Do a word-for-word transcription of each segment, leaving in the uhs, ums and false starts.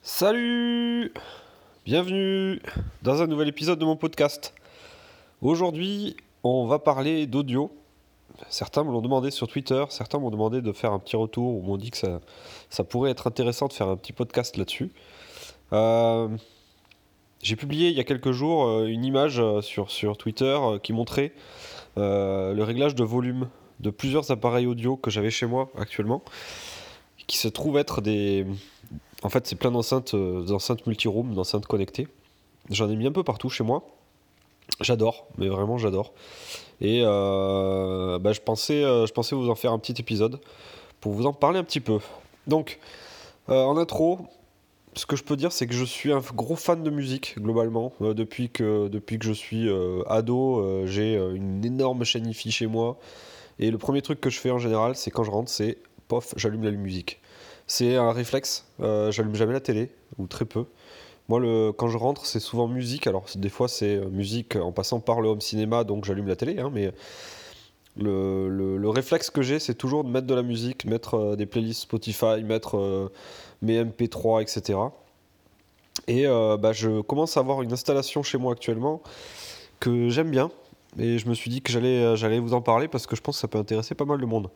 Salut! Bienvenue dans un nouvel épisode de mon podcast. Aujourd'hui, on va parler d'audio. Certains me l'ont demandé sur Twitter, certains m'ont demandé de faire un petit retour, ou m'ont dit que ça, ça pourrait être intéressant de faire un petit podcast là-dessus. Euh, j'ai publié il y a quelques jours euh, une image euh, sur, sur Twitter euh, qui montrait euh, le réglage de volume de plusieurs appareils audio que j'avais chez moi actuellement, qui se trouvent être des... En fait, c'est plein d'enceintes, euh, d'enceintes multi-room, d'enceintes connectées. J'en ai mis un peu partout chez moi. J'adore, mais vraiment j'adore. Et euh, bah, je pensais, euh, je pensais vous en faire un petit épisode pour vous en parler un petit peu. Donc, euh, en intro, ce que je peux dire, c'est que je suis un gros fan de musique globalement. Euh, depuis que depuis que je suis euh, ado, euh, j'ai euh, une énorme chaîne hi-fi chez moi. Et le premier truc que je fais en général, c'est quand je rentre, c'est pof, j'allume la musique. C'est un réflexe. Euh, j'allume jamais la télé ou très peu. Moi, le, quand je rentre, c'est souvent musique. Alors, des fois, c'est euh, musique en passant par le home cinéma, donc j'allume la télé. Hein, mais le, le- le réflexe que j'ai, c'est toujours de mettre de la musique, mettre euh, des playlists Spotify, mettre euh, mes M P trois, et cetera. Et euh, bah, je commence à avoir une installation chez moi actuellement que j'aime bien. Et je me suis dit que j'allais, euh, j'allais vous en parler parce que je pense que ça peut intéresser pas mal de monde.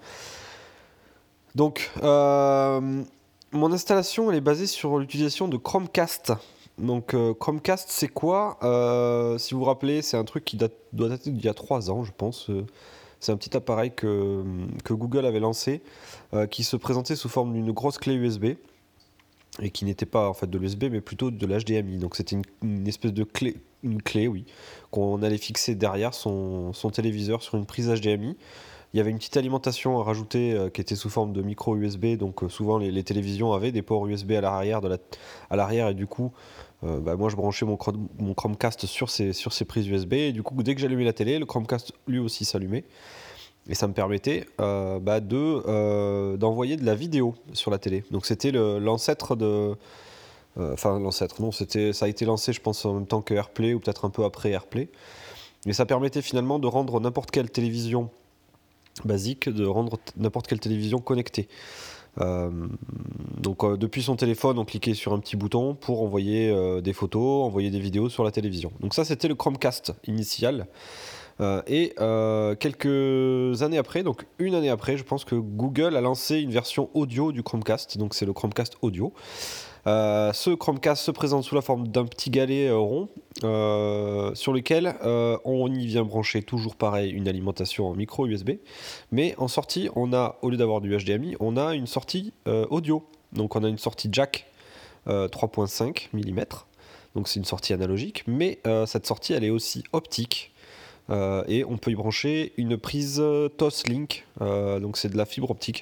Donc, euh, mon installation, elle est basée sur l'utilisation de Chromecast. Donc, euh, Chromecast, c'est quoi? Euh, Si vous vous rappelez, c'est un truc qui date, doit dater d'il y a trois ans, je pense. Euh, C'est un petit appareil que, que Google avait lancé, euh, qui se présentait sous forme d'une grosse clé U S B, et qui n'était pas en fait de l'U S B, mais plutôt de l'H D M I. Donc, c'était une, une espèce de clé, une clé, oui, qu'on allait fixer derrière son, son téléviseur sur une prise H D M I. Il y avait une petite alimentation à rajouter euh, qui était sous forme de micro U S B, donc euh, souvent les, les télévisions avaient des ports U S B à l'arrière, de la, à l'arrière et du coup, euh, bah, moi je branchais mon, Chrome- mon Chromecast sur ces, sur ces prises U S B et du coup dès que j'allumais la télé, le Chromecast lui aussi s'allumait et ça me permettait euh, bah, de, euh, d'envoyer de la vidéo sur la télé. Donc c'était le- l'ancêtre de... euh, Enfin l'ancêtre, non, c'était, ça a été lancé je pense en même temps que AirPlay ou peut-être un peu après AirPlay. Mais ça permettait finalement de rendre n'importe quelle télévision basique, de rendre t- n'importe quelle télévision connectée. Euh, donc euh, depuis son téléphone, on cliquait sur un petit bouton pour envoyer euh, des photos, envoyer des vidéos sur la télévision. Donc ça, c'était le Chromecast initial. Euh, et euh, quelques années après, donc une année après, je pense que Google a lancé une version audio du Chromecast. Donc c'est le Chromecast audio. Euh, ce Chromecast se présente sous la forme d'un petit galet euh, rond euh, sur lequel euh, on y vient brancher toujours pareil une alimentation en micro U S B, mais en sortie on a, au lieu d'avoir du H D M I, on a une sortie euh, audio. Donc on a une sortie jack euh, trois virgule cinq millimètres, donc c'est une sortie analogique, mais euh, cette sortie elle est aussi optique. Euh, et on peut y brancher une prise euh, Toslink, euh, donc c'est de la fibre optique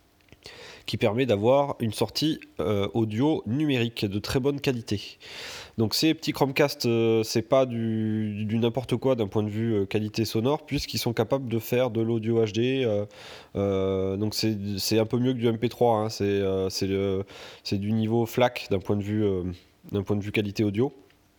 qui permet d'avoir une sortie euh, audio numérique de très bonne qualité. Donc ces petits Chromecast, euh, c'est pas du, du n'importe quoi d'un point de vue euh, qualité sonore, puisqu'ils sont capables de faire de l'audio H D. Euh, euh, donc c'est, c'est un peu mieux que du M P trois, hein, c'est, euh, c'est, le- c'est du niveau FLAC d'un point de vue, euh, d'un point de vue qualité audio.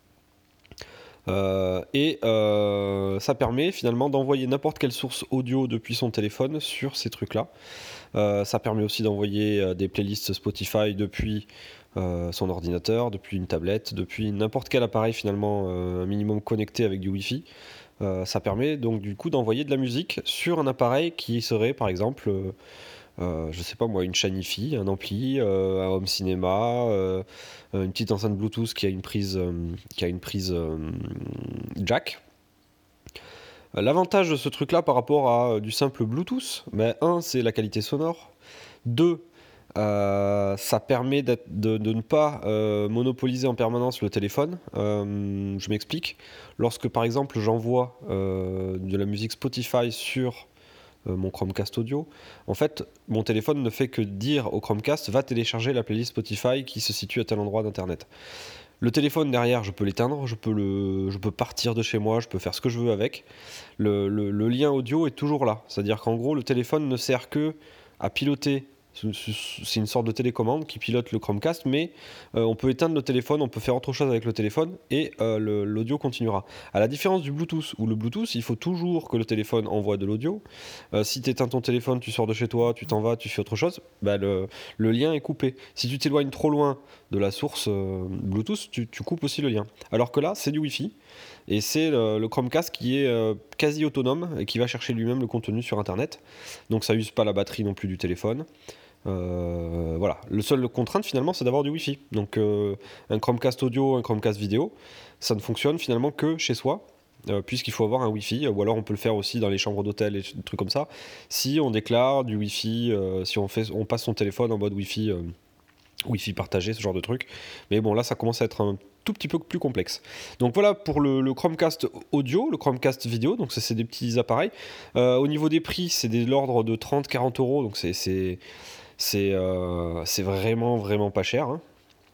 Euh, et euh, ça permet finalement d'envoyer n'importe quelle source audio depuis son téléphone sur ces trucs-là. Euh, ça permet aussi d'envoyer euh, des playlists Spotify depuis euh, son ordinateur, depuis une tablette, depuis n'importe quel appareil finalement euh, un minimum connecté avec du Wi-Fi. Euh, ça permet donc du coup d'envoyer de la musique sur un appareil qui serait par exemple, euh, euh, je sais pas moi, une chaîne hi-fi, un ampli, euh, un home cinéma, euh, une petite enceinte Bluetooth qui a une prise, euh, qui a une prise euh, jack. Euh, L'avantage de ce truc-là par rapport à euh, du simple Bluetooth, ben, un, c'est la qualité sonore. Deux, euh, ça permet de, de ne pas euh, monopoliser en permanence le téléphone. Euh, je m'explique. Lorsque par exemple j'envoie euh, de la musique Spotify sur euh, mon Chromecast audio, en fait mon téléphone ne fait que dire au Chromecast va télécharger la playlist Spotify qui se situe à tel endroit d'internet. Le téléphone derrière, je peux l'éteindre, je peux, le, je peux partir de chez moi, je peux faire ce que je veux avec. Le, le- le lien audio est toujours là. C'est-à-dire qu'en gros, le téléphone ne sert que à piloter C'est une sorte de télécommande qui pilote le Chromecast, mais euh, on peut éteindre le téléphone, on peut faire autre chose avec le téléphone et euh, le- l'audio continuera. À la différence du Bluetooth, où le Bluetooth, il faut toujours que le téléphone envoie de l'audio. Euh, si tu éteins ton téléphone, tu sors de chez toi, tu t'en vas, tu fais autre chose, bah, le, le lien est coupé. Si tu t'éloignes trop loin de la source euh, Bluetooth, tu, tu coupes aussi le lien. Alors que là, c'est du Wi-Fi. Et c'est le, le Chromecast qui est euh, quasi autonome et qui va chercher lui-même le contenu sur Internet. Donc ça use pas la batterie non plus du téléphone. Euh, voilà. Le seul contrainte finalement, c'est d'avoir du Wi-Fi. Donc euh, un Chromecast audio, un Chromecast vidéo, ça ne fonctionne finalement que chez soi. euh, puisqu'il faut avoir un Wi-Fi, ou alors on peut le faire aussi dans les chambres d'hôtel et des trucs comme ça. Si on déclare du Wi-Fi, euh, si on, fait, on passe son téléphone en mode Wi-Fi, euh, Wi-Fi partagé, ce genre de truc. Mais bon, là, ça commence à être un tout petit peu plus complexe. Donc voilà pour le, le Chromecast audio, le Chromecast vidéo. Donc ça, c'est des petits appareils. Euh, au niveau des prix, c'est de l'ordre de trente à quarante euros. Donc c'est c'est c'est euh, c'est vraiment vraiment pas cher. hein.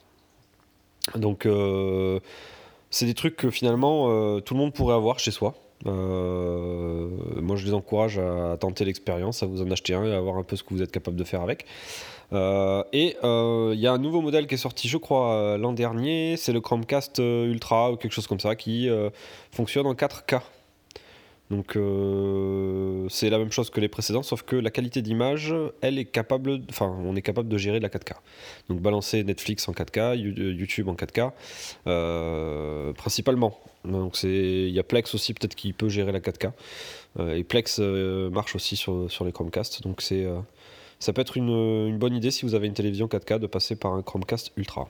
Donc euh, c'est des trucs que finalement euh, tout le monde pourrait avoir chez soi. Euh, moi, je les encourage à tenter l'expérience, à vous en acheter un et à voir un peu ce que vous êtes capable de faire avec. Euh, et il euh, y a un nouveau modèle qui est sorti, je crois, euh, l'an dernier. C'est le Chromecast euh, Ultra ou quelque chose comme ça qui euh, fonctionne en quatre K. Donc euh, c'est la même chose que les précédents, sauf que la qualité d'image, elle est capable, enfin, on est capable de gérer de la quatre K. Donc balancer Netflix en quatre K, YouTube en quatre K, euh, principalement. Donc c'est, il y a Plex aussi peut-être qui peut gérer la quatre K. Euh, et Plex euh, marche aussi sur, sur les Chromecast. Donc c'est euh, ça peut être une, une bonne idée si vous avez une télévision quatre K de passer par un Chromecast Ultra.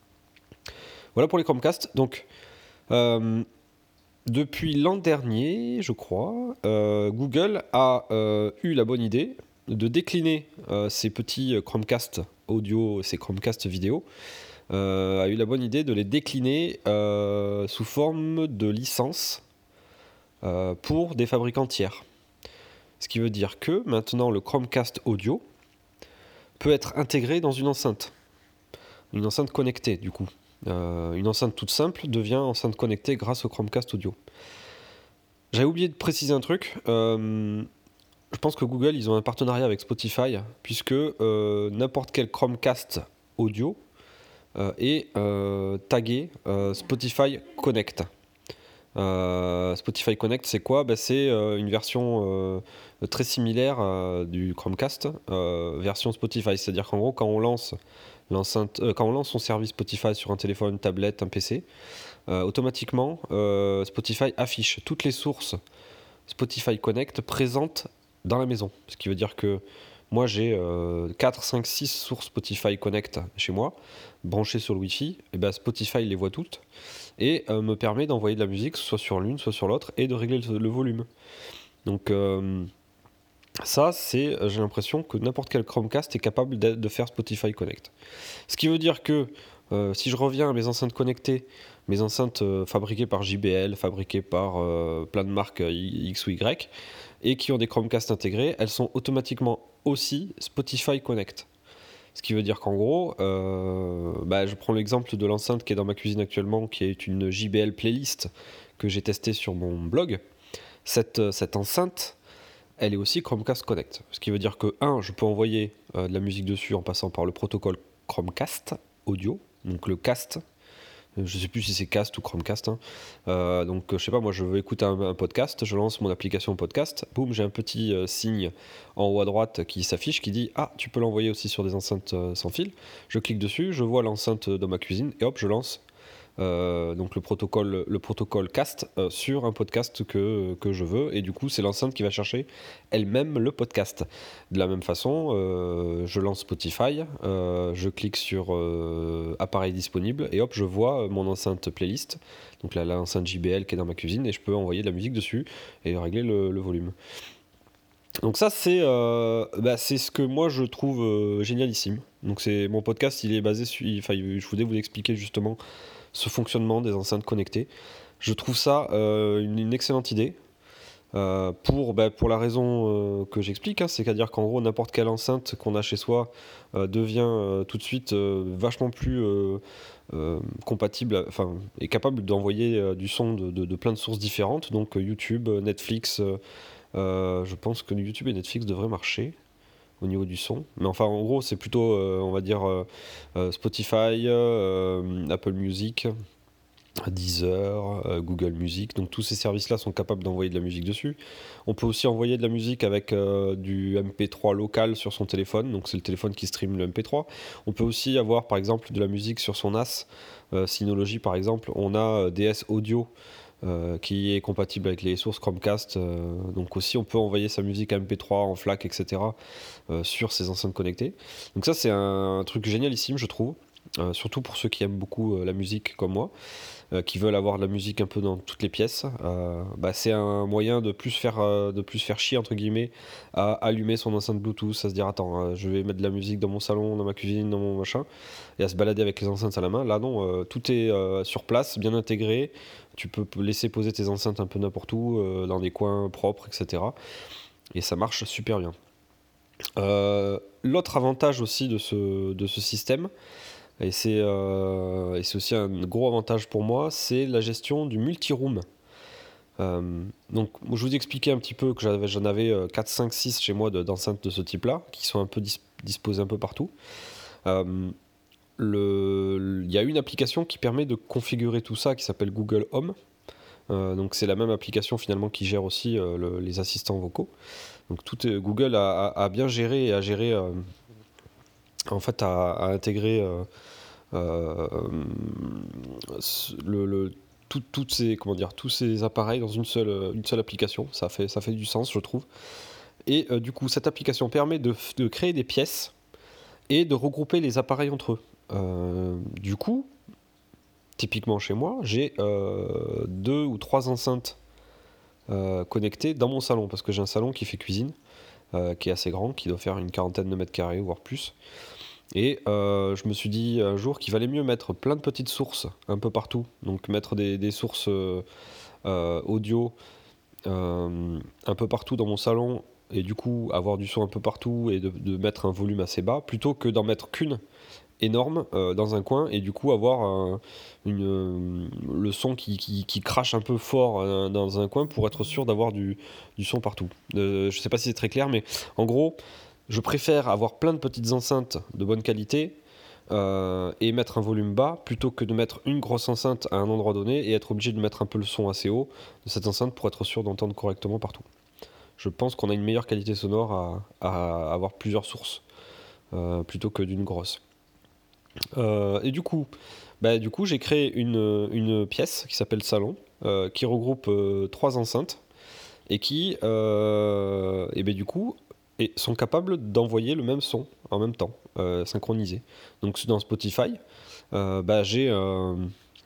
Voilà pour les Chromecast. Donc, euh, depuis l'an dernier, je crois, euh, Google a euh, eu la bonne idée de décliner euh, ces petits Chromecast audio, ces Chromecast vidéo, euh, a eu la bonne idée de les décliner euh, sous forme de licence euh, pour des fabricants tiers. Ce qui veut dire que maintenant le Chromecast audio peut être intégré dans une enceinte. Une enceinte connectée, du coup. Euh, une enceinte toute simple devient enceinte connectée grâce au Chromecast audio. J'avais oublié de préciser un truc. Euh, je pense que Google, ils ont un partenariat avec Spotify, puisque euh, n'importe quel Chromecast audio euh, est euh, tagué euh, Spotify Connect. Euh, Spotify Connect, c'est quoi? Ben, c'est euh, une version euh, très similaire euh, du Chromecast, euh, version Spotify. C'est-à-dire qu'en gros, quand on lance l'enceinte, euh, quand on lance son service Spotify sur un téléphone, une tablette, un P C, euh, automatiquement, euh, Spotify affiche toutes les sources Spotify Connect présentes dans la maison. Ce qui veut dire que moi, j'ai euh, quatre, cinq, six sources Spotify Connect chez moi, branchées sur le Wi-Fi. Et ben, Spotify les voit toutes et euh, me permet d'envoyer de la musique soit sur l'une, soit sur l'autre, et de régler le, le volume. Donc euh, ça, c'est, j'ai l'impression que n'importe quel Chromecast est capable de, de faire Spotify Connect. Ce qui veut dire que euh, si je reviens à mes enceintes connectées, mes enceintes euh, fabriquées par J B L, fabriquées par euh, plein de marques euh, X ou Y, et qui ont des Chromecast intégrés, elles sont automatiquement aussi Spotify Connect. Ce qui veut dire qu'en gros, euh, bah, je prends l'exemple de l'enceinte qui est dans ma cuisine actuellement, qui est une J B L playlist que j'ai testée sur mon blog. Cette, cette enceinte, elle est aussi Chromecast Connect. Ce qui veut dire que, un, je peux envoyer euh, de la musique dessus en passant par le protocole Chromecast audio, donc le cast. Je sais plus si c'est Cast ou Chromecast. Hein. Euh, donc, je sais pas, moi je veux écouter un, un podcast, je lance mon application podcast, boum, j'ai un petit euh, signe en haut à droite qui s'affiche qui dit ah, tu peux l'envoyer aussi sur des enceintes euh, sans fil. Je clique dessus, je vois l'enceinte dans ma cuisine et hop, je lance euh, donc le protocole, le protocole Cast euh, sur un podcast que, que je veux, et du coup, c'est l'enceinte qui va chercher elle-même le podcast. De la même façon, euh, je lance Spotify, euh, je clique sur euh, appareil disponible et hop, je vois mon enceinte playlist, donc là, l'enceinte J B L qui est dans ma cuisine, et je peux envoyer de la musique dessus et régler le, le volume. Donc ça, c'est euh, bah, c'est ce que moi je trouve euh, génialissime. Donc c'est mon podcast, il est basé sur, enfin, je voulais vous expliquer justement ce fonctionnement des enceintes connectées. Je trouve ça euh, une, une excellente idée. Euh, pour, bah, pour la raison euh, que j'explique, hein, c'est-à-dire qu'en gros, n'importe quelle enceinte qu'on a chez soi euh, devient euh, tout de suite euh, vachement plus euh, euh, compatible, enfin, est capable d'envoyer euh, du son de, de, de plein de sources différentes, donc euh, YouTube, Netflix, euh, euh, je pense que YouTube et Netflix devraient marcher. au niveau du son. Mais enfin, en gros, c'est plutôt, euh, on va dire, euh, euh, Spotify, euh, Apple Music, Deezer, euh, Google Music. Donc tous ces services-là sont capables d'envoyer de la musique dessus. On peut aussi envoyer de la musique avec euh, du M P trois local sur son téléphone. Donc c'est le téléphone qui stream le M P trois. On peut aussi avoir par exemple de la musique sur son N A S. Euh, Synology par exemple. On a euh, D S Audio euh, qui est compatible avec les sources Chromecast. Euh, donc aussi on peut envoyer sa musique M P trois en FLAC, et cetera euh, sur ces enceintes connectées. Donc ça c'est un, un truc génialissime je trouve. Euh, surtout pour ceux qui aiment beaucoup euh, la musique comme moi. Euh, qui veulent avoir de la musique un peu dans toutes les pièces, euh, bah, c'est un moyen de plus faire euh, de plus faire chier entre guillemets à allumer son enceinte Bluetooth, à se dire attends, euh, je vais mettre de la musique dans mon salon, dans ma cuisine, dans mon machin, et à se balader avec les enceintes à la main. Là non, euh, tout est euh, sur place, bien intégré. Tu peux laisser poser tes enceintes un peu n'importe où, euh, dans des coins propres, et cetera. Et ça marche super bien. Euh, l'autre avantage aussi de ce, de ce système, et c'est, euh, et c'est aussi un gros avantage pour moi, c'est la gestion du multi-room. Euh, donc, je vous expliquais un petit peu que j'avais, j'en avais euh, quatre, cinq, six chez moi de, d'enceintes de ce type-là, qui sont un peu dis- disposées un peu partout. Euh, le- Il y a une application qui permet de configurer tout ça, qui s'appelle Google Home. Euh, donc, c'est la même application finalement qui gère aussi euh, le- les assistants vocaux. Donc, tout est- Google a, a- a bien géré et a géré, euh, en fait, a, a intégré. Euh, euh, le, le- tout- toutes ces, comment dire, tous ces appareils dans une seule, une seule application. Ça fait, ça fait du sens, je trouve. Et euh, du coup, cette application permet de, de créer des pièces et de regrouper les appareils entre eux. Euh, du coup, typiquement chez moi, j'ai euh, deux ou trois enceintes euh, connectées dans mon salon, parce que j'ai un salon qui fait cuisine, euh, qui est assez grand, qui doit faire une quarantaine de mètres carrés, voire plus. Et euh, je me suis dit un jour qu'il valait mieux mettre plein de petites sources un peu partout. Donc mettre des, des sources euh, euh, audio euh, un peu partout dans mon salon et du coup avoir du son un peu partout et de, de mettre un volume assez bas plutôt que d'en mettre qu'une énorme euh, dans un coin et du coup avoir un- une, euh, le son qui, qui- qui crache un peu fort euh, dans un coin pour être sûr d'avoir du, du son partout. Euh, je sais pas si c'est très clair, mais en gros, je préfère avoir plein de petites enceintes de bonne qualité euh, et mettre un volume bas plutôt que de mettre une grosse enceinte à un endroit donné et être obligé de mettre un peu le son assez haut de cette enceinte pour être sûr d'entendre correctement partout. Je pense qu'on a une meilleure qualité sonore à, à avoir plusieurs sources euh, plutôt que d'une grosse. Euh, et du coup, bah, du coup j'ai créé une, une pièce qui s'appelle Salon, euh, qui regroupe euh, trois enceintes et qui, euh, et ben du coup, et sont capables d'envoyer le même son en même temps, euh, synchronisé. Donc dans Spotify, euh, bah, j'ai euh,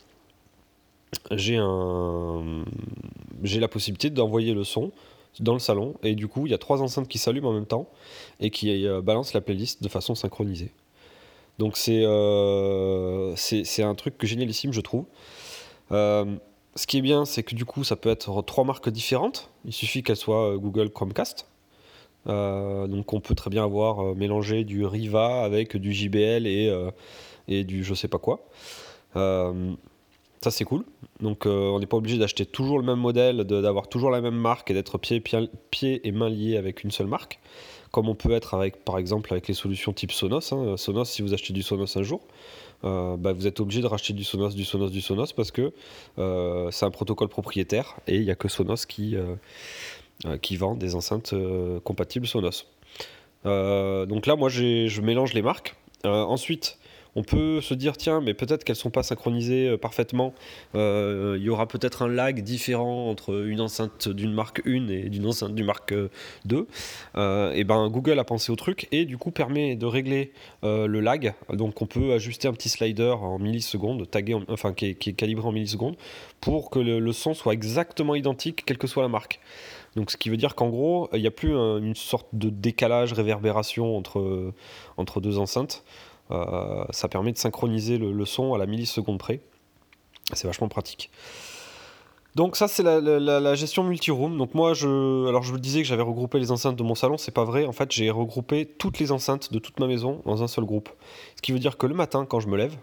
j'ai un, j'ai la possibilité d'envoyer le son dans le salon et du coup il y a trois enceintes qui s'allument en même temps et qui euh, balancent la playlist de façon synchronisée. Donc c'est euh, c'est c'est un truc génialissime je trouve. Euh, Ce qui est bien, c'est que du coup, ça peut être trois marques différentes. Il suffit qu'elles soient euh, Google Chromecast. Euh, donc, on peut très bien avoir euh, mélangé du Riva avec du J B L et, euh, et du je sais pas quoi. Euh, Ça, c'est cool. Donc, euh, on n'est pas obligé d'acheter toujours le même modèle, de- d'avoir toujours la même marque et d'être pieds pied, pied et mains liés avec une seule marque. Comme on peut être avec, par exemple, avec les solutions type Sonos. hein. Sonos, si vous achetez du Sonos un jour, euh, bah, vous êtes obligé de racheter du Sonos, du Sonos, du Sonos parce que euh, c'est un protocole propriétaire et il n'y a que Sonos qui, euh, euh, qui vend des enceintes euh, compatibles Sonos. Euh, donc là, moi, j'ai- je mélange les marques. Euh, ensuite, on peut se dire, tiens, mais peut-être qu'elles ne sont pas synchronisées euh, parfaitement. Euh, Il y aura peut-être un lag différent entre une enceinte d'une marque un et d'une enceinte d'une marque euh, deux. Euh, et ben, Google a pensé au truc et du coup permet de régler euh, le lag. Donc on peut ajuster un petit slider en millisecondes, tagué en- enfin qui est, qui est calibré en millisecondes, pour que le, le son soit exactement identique, quelle que soit la marque. Donc, ce qui veut dire qu'en gros, il n'y a plus un- une sorte de décalage, réverbération entre, entre deux enceintes. Euh, ça permet de synchroniser le, le son à la milliseconde près. C'est vachement pratique. Donc ça c'est la, la- la- la gestion multi-room. Donc moi je, alors je vous disais que j'avais regroupé les enceintes de mon salon, c'est pas vrai. En fait j'ai regroupé toutes les enceintes de toute ma maison dans un seul groupe. Ce qui veut dire que le matin quand je me lève,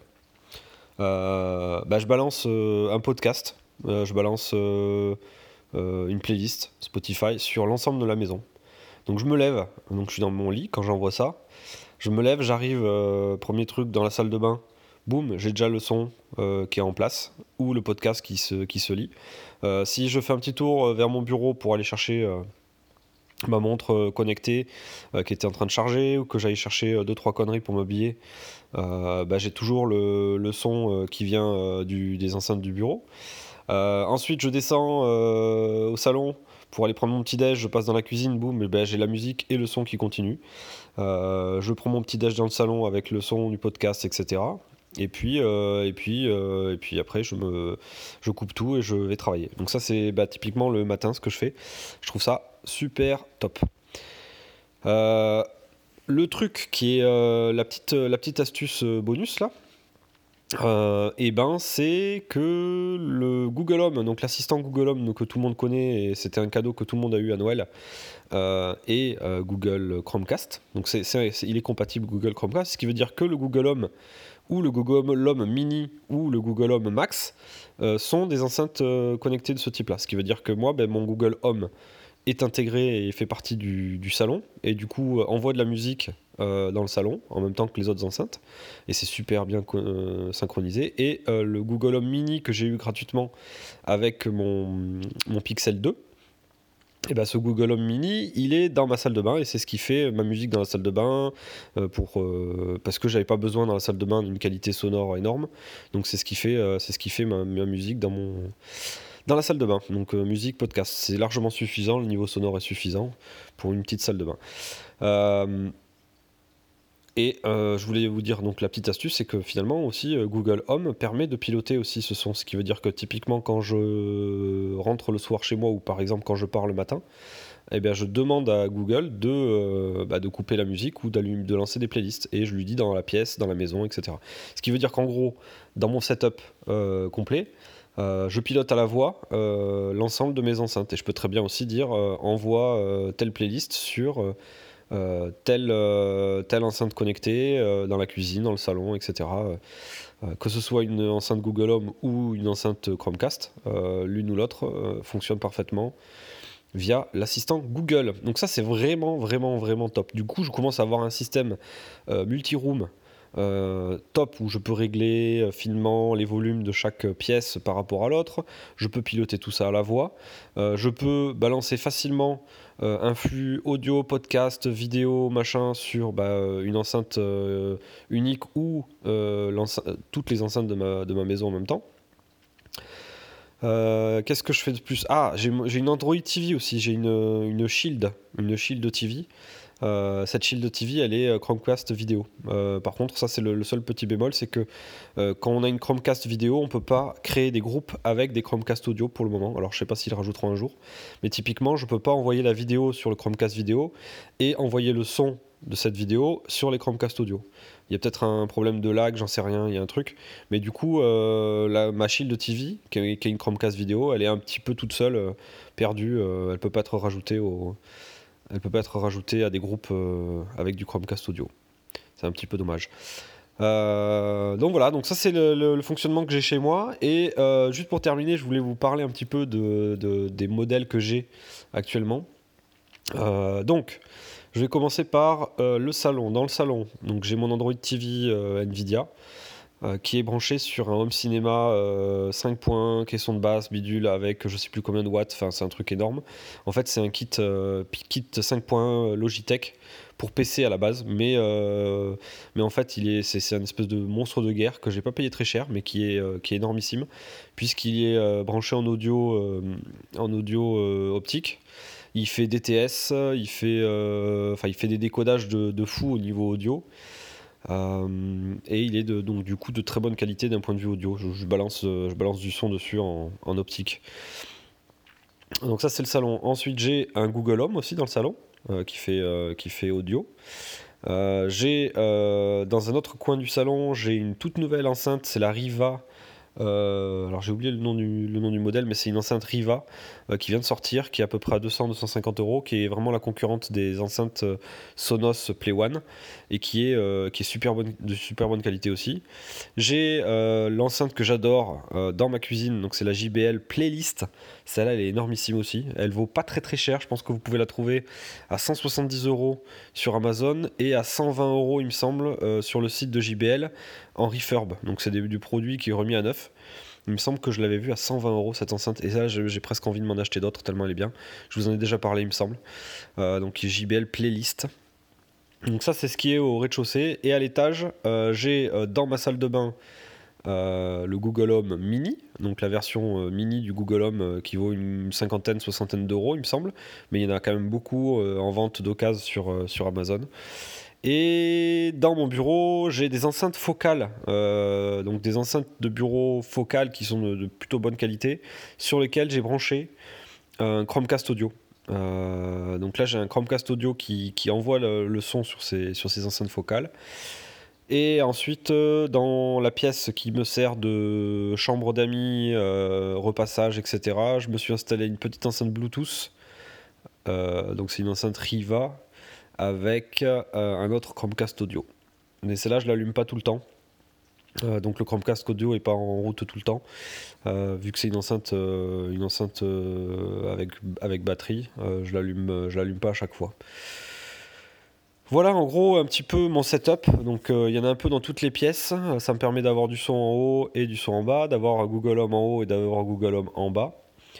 euh, bah, je balance euh, un podcast, Euh, je balance euh, euh, une playlist Spotify sur l'ensemble de la maison. Donc je me lève, donc je suis dans mon lit quand j'envoie ça. Je me lève, j'arrive, euh, premier truc dans la salle de bain, boum, j'ai déjà le son euh, qui est en place, ou le podcast qui se, qui se lit. Euh, si je fais un petit tour vers mon bureau pour aller chercher euh, ma montre euh, connectée euh, qui était en train de charger, ou que j'aille chercher euh, deux trois conneries pour m'habiller, euh, bah, j'ai toujours le, le son euh, qui vient euh, du, des enceintes du bureau. Euh, ensuite, je descends euh, au salon pour aller prendre mon petit déj, je passe dans la cuisine, boum, et ben, j'ai la musique et le son qui continue. Euh, je prends mon petit déj dans le salon avec le son du podcast, et cetera. Et puis, euh, et puis, euh, et puis après, je, me, je coupe tout et je vais travailler. Donc ça, c'est bah, typiquement le matin ce que je fais. Je trouve ça super top. Euh, le truc qui est euh, la, petite, la petite astuce bonus là, euh, et ben c'est que le Google Home, donc l'assistant Google Home donc, que tout le monde connaît, et c'était un cadeau que tout le monde a eu à Noël, euh, et euh, Google Chromecast. Donc c'est, c'est, c'est, il est compatible Google Chromecast, ce qui veut dire que le Google Home ou le Google Home Mini ou le Google Home Max euh, sont des enceintes euh, connectées de ce type-là. Ce qui veut dire que moi, ben, mon Google Home est intégré et fait partie du, du salon, et du coup euh, envoie de la musique euh, dans le salon en même temps que les autres enceintes, et c'est super bien euh, synchronisé. Et euh, le Google Home Mini que j'ai eu gratuitement avec mon, mon Pixel deux, et ben ce Google Home Mini, il est dans ma salle de bain, et c'est ce qui fait ma musique dans la salle de bain, euh, pour, euh, parce que j'avais pas besoin dans la salle de bain d'une qualité sonore énorme. Donc c'est ce qui fait, euh, c'est ce qui fait ma, ma musique dans mon dans la salle de bain. Donc euh, musique, podcast, c'est largement suffisant, le niveau sonore est suffisant pour une petite salle de bain. Euh, Et euh, je voulais vous dire, donc la petite astuce, c'est que finalement aussi euh, Google Home permet de piloter aussi ce son, ce qui veut dire que typiquement quand je rentre le soir chez moi, ou par exemple quand je pars le matin, eh bien je demande à Google de, euh, bah, de couper la musique ou d'allumer, de lancer des playlists, et je lui dis dans la pièce, dans la maison, et cetera. Ce qui veut dire qu'en gros, dans mon setup euh, complet, euh, je pilote à la voix euh, l'ensemble de mes enceintes, et je peux très bien aussi dire euh, envoie euh, telle playlist sur euh, euh, telle, euh, telle enceinte connectée euh, dans la cuisine, dans le salon, et cetera. Euh, euh, que ce soit une enceinte Google Home ou une enceinte Chromecast, euh, l'une ou l'autre euh, fonctionne parfaitement via l'assistant Google. Donc ça, c'est vraiment, vraiment, vraiment top. Du coup, je commence à avoir un système euh, multi-room euh, top, où je peux régler euh, finement les volumes de chaque pièce par rapport à l'autre. Je peux piloter tout ça à la voix. Euh, je peux balancer facilement euh, un flux audio, podcast, vidéo, machin sur bah, une enceinte euh, unique, ou euh, toutes les enceintes de ma, de ma maison en même temps. Euh, qu'est-ce que je fais de plus? Ah, j'ai, j'ai une Android T V aussi, j'ai une, une Shield, une Shield T V. Euh, cette Shield T V, elle est euh, Chromecast vidéo. Euh, par contre, ça c'est le, le seul petit bémol, c'est que euh, quand on a une Chromecast vidéo, on peut pas créer des groupes avec des Chromecast audio pour le moment. Alors je sais pas s'ils rajouteront un jour, mais typiquement, je peux pas envoyer la vidéo sur le Chromecast vidéo et envoyer le son de cette vidéo sur les Chromecast audio. Il y a peut-être un problème de lag, j'en sais rien, il y a un truc. Mais du coup, euh, la, ma Shield T V, qui est, qui est une Chromecast vidéo, elle est un petit peu toute seule, euh, perdue. Euh, elle peut pas être rajoutée au, elle peut pas être rajoutée à des groupes euh, avec du Chromecast audio. C'est un petit peu dommage. Euh, donc voilà, donc ça c'est le, le, le fonctionnement que j'ai chez moi. Et euh, juste pour terminer, je voulais vous parler un petit peu de, de, des modèles que j'ai actuellement. Euh, donc, je vais commencer par euh, le salon. Dans le salon, donc j'ai mon Android T V euh, Nvidia euh, qui est branché sur un home cinéma euh, cinq points, caisson de basse, bidule avec je sais plus combien de watts. Enfin, c'est un truc énorme. En fait, c'est un kit, euh, kit cinq points Logitech pour P C à la base, mais, euh, mais en fait, il est, c'est, c'est une espèce de monstre de guerre que j'ai pas payé très cher, mais qui est, euh, qui est énormissime, puisqu'il est euh, branché en audio, euh, en audio euh, optique. Il fait D T S, il fait, euh, enfin, il fait des décodages de, de fou au niveau audio. Euh, et il est de, donc du coup de très bonne qualité d'un point de vue audio. Je, je, balance, je balance du son dessus en, en optique. Donc ça c'est le salon. Ensuite j'ai un Google Home aussi dans le salon euh, qui, fait, euh, qui fait audio. Euh, j'ai euh, dans un autre coin du salon, j'ai une toute nouvelle enceinte, c'est la Riva Euh, alors j'ai oublié le nom du, le nom du modèle, mais c'est une enceinte Riva euh, qui vient de sortir, qui est à peu près à deux cents à deux cent cinquante euros, qui est vraiment la concurrente des enceintes euh, Sonos Play One et qui est, euh, qui est super bonne, de super bonne qualité aussi. J'ai euh, l'enceinte que j'adore euh, dans ma cuisine, donc c'est la J B L Playlist. Celle-là, elle est énormissime aussi. Elle vaut pas très très cher. Je pense que vous pouvez la trouver à cent soixante-dix euros sur Amazon et à cent vingt euros, il me semble, euh, sur le site de J B L en refurb. Donc c'est des- du produit qui est remis à neuf. Il me semble que je l'avais vu à cent vingt euros cette enceinte. Et là, j'ai j'ai presque envie de m'en acheter d'autres tellement elle est bien. Je vous en ai déjà parlé, il me semble. Euh, donc J B L Playlist. Donc ça, c'est ce qui est au rez-de-chaussée. Et à l'étage, euh, j'ai euh, dans ma salle de bain euh, le Google Home Mini, donc la version euh, mini du Google Home euh, qui vaut une cinquantaine, soixantaine d'euros, il me semble. Mais il y en a quand même beaucoup euh, en vente d'occasion sur, euh, sur Amazon. Et dans mon bureau, j'ai des enceintes focales, euh, donc des enceintes de bureau focales qui sont de, de plutôt bonne qualité, sur lesquelles j'ai branché un Chromecast audio. Euh, donc là, j'ai un Chromecast audio qui, qui envoie le, le son sur ces, sur ces enceintes focales. Et ensuite, euh, dans la pièce qui me sert de chambre d'amis, euh, repassage, et cetera, je me suis installé une petite enceinte Bluetooth. Euh, donc c'est une enceinte Riva avec euh, un autre Chromecast audio. Mais celle-là, je l'allume pas tout le temps. Euh, donc le Chromecast audio est pas en route tout le temps, euh, vu que c'est une enceinte, euh, une enceinte euh, avec, avec batterie, euh, je l'allume, je l'allume pas à chaque fois. Voilà en gros un petit peu mon setup. Donc il euh, y en a un peu dans toutes les pièces. Ça me permet d'avoir du son en haut et du son en bas, d'avoir Google Home en haut et d'avoir Google Home en bas.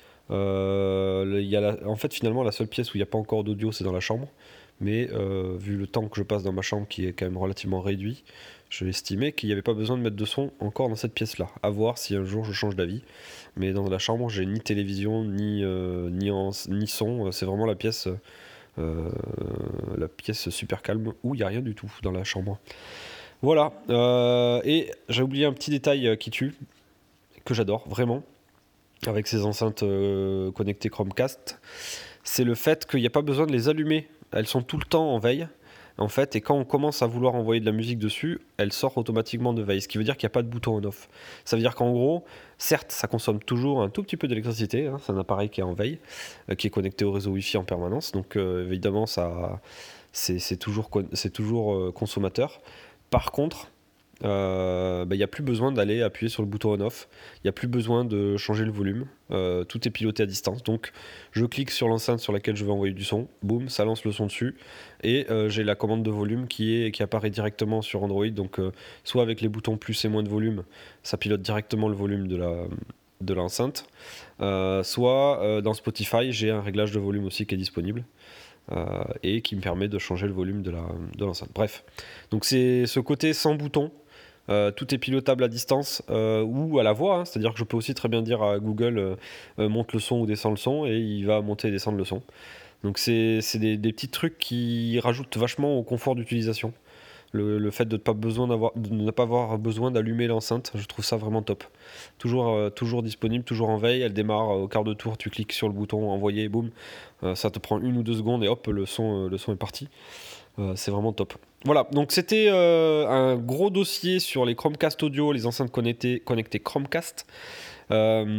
Euh, y a la... En fait, finalement, la seule pièce où il n'y a pas encore d'audio, c'est dans la chambre. Mais euh, vu le temps que je passe dans ma chambre, qui est quand même relativement réduit, je estimais qu'il n'y avait pas besoin de mettre de son encore dans cette pièce-là. À voir si un jour je change d'avis. Mais dans la chambre, j'ai ni télévision, ni, euh, ni, en- ni son. C'est vraiment la pièce, euh, la pièce super calme où il n'y a rien du tout dans la chambre. Voilà. Euh, et j'ai oublié un petit détail euh, qui tue, que j'adore vraiment avec ces enceintes euh, connectées Chromecast, c'est le fait qu'il n'y a pas besoin de les allumer. Elles sont tout le temps en veille, en fait, et quand on commence à vouloir envoyer de la musique dessus, elle sort automatiquement de veille, ce qui veut dire qu'il n'y a pas de bouton on-off. Ça veut dire qu'en gros, certes, ça consomme toujours un tout petit peu d'électricité, hein, c'est un appareil qui est en veille, euh, qui est connecté au réseau Wi-Fi en permanence, donc euh, évidemment, ça, c'est, c'est toujours, c'est toujours euh, consommateur. Par contre, il euh, n'y bah, a plus besoin d'aller appuyer sur le bouton on-off, il n'y a plus besoin de changer le volume, euh, tout est piloté à distance. Donc je clique sur l'enceinte sur laquelle je vais envoyer du son, boum, ça lance le son dessus, et euh, j'ai la commande de volume qui, est, qui apparaît directement sur Android. Donc euh, soit avec les boutons plus et moins de volume, ça pilote directement le volume de la de l'enceinte, euh, soit euh, dans Spotify j'ai un réglage de volume aussi qui est disponible. Euh, et qui me permet de changer le volume de, la, de l'enceinte. Bref, donc c'est ce côté sans bouton. Euh, tout est pilotable à distance euh, ou à la voix, hein, c'est-à-dire que je peux aussi très bien dire à Google euh, euh, monte le son ou descend le son et il va monter et descendre le son. Donc c'est, c'est des, des petits trucs qui rajoutent vachement au confort d'utilisation. Le, le fait de ne pas, besoin d'avoir, de ne pas avoir besoin d'allumer l'enceinte, je trouve ça vraiment top. Toujours, euh, toujours disponible, toujours en veille, elle démarre euh, au quart de tour, tu cliques sur le bouton envoyer, boum, euh, ça te prend une ou deux secondes et hop, le son, euh, le son est parti. Euh, c'est vraiment top. Voilà, donc c'était euh, un gros dossier sur les Chromecast audio, les enceintes connectées, connectées Chromecast. Euh,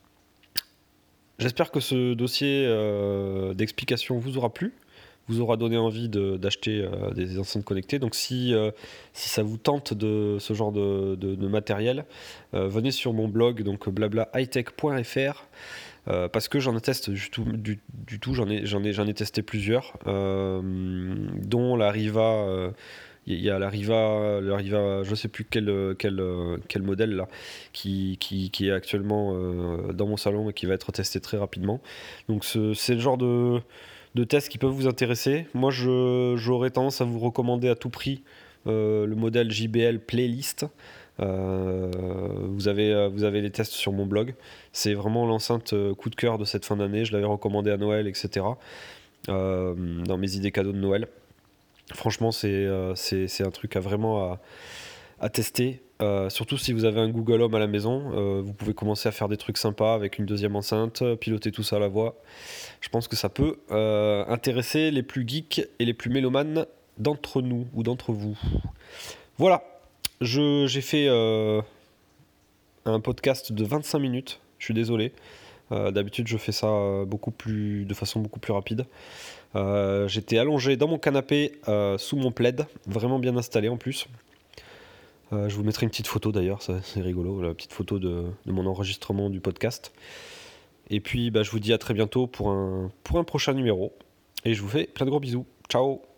J'espère que ce dossier euh, d'explication vous aura plu, vous aura donné envie de, d'acheter euh, des enceintes connectées. Donc si, euh, si ça vous tente de ce genre de, de, de matériel, euh, venez sur mon blog, donc blabla hightech point f r. Euh, parce que j'en teste du tout, du, du tout j'en ai, j'en ai, j'en ai testé plusieurs, euh, dont la Riva. Il euh, y a la Riva, la Riva, je sais plus quel, quel, quel modèle là, qui, qui, qui est actuellement euh, dans mon salon et qui va être testé très rapidement. Donc ce, c'est le genre de, de tests qui peuvent vous intéresser. Moi, je, j'aurais tendance à vous recommander à tout prix euh, le modèle J B L Playlist. Euh, vous, avez, vous avez les tests sur mon blog. C'est vraiment l'enceinte coup de cœur de cette fin d'année. Je l'avais recommandé à Noël, et cetera. Euh, dans mes idées cadeaux de Noël. Franchement, c'est, euh, c'est, c'est un truc à vraiment à, à tester. Euh, surtout si vous avez un Google Home à la maison, euh, vous pouvez commencer à faire des trucs sympas avec une deuxième enceinte, piloter tout ça à la voix. Je pense que ça peut euh, intéresser les plus geeks et les plus mélomanes d'entre nous ou d'entre vous. Voilà. Je, j'ai fait euh, un podcast de vingt-cinq minutes. Je suis désolé. Euh, d'habitude, je fais ça beaucoup plus, de façon beaucoup plus rapide. Euh, j'étais allongé dans mon canapé euh, sous mon plaid, vraiment bien installé en plus. Euh, je vous mettrai une petite photo d'ailleurs, ça, c'est rigolo, la petite photo de, de mon enregistrement du podcast. Et puis bah, je vous dis à très bientôt pour un, pour un prochain numéro. Et je vous fais plein de gros bisous. Ciao!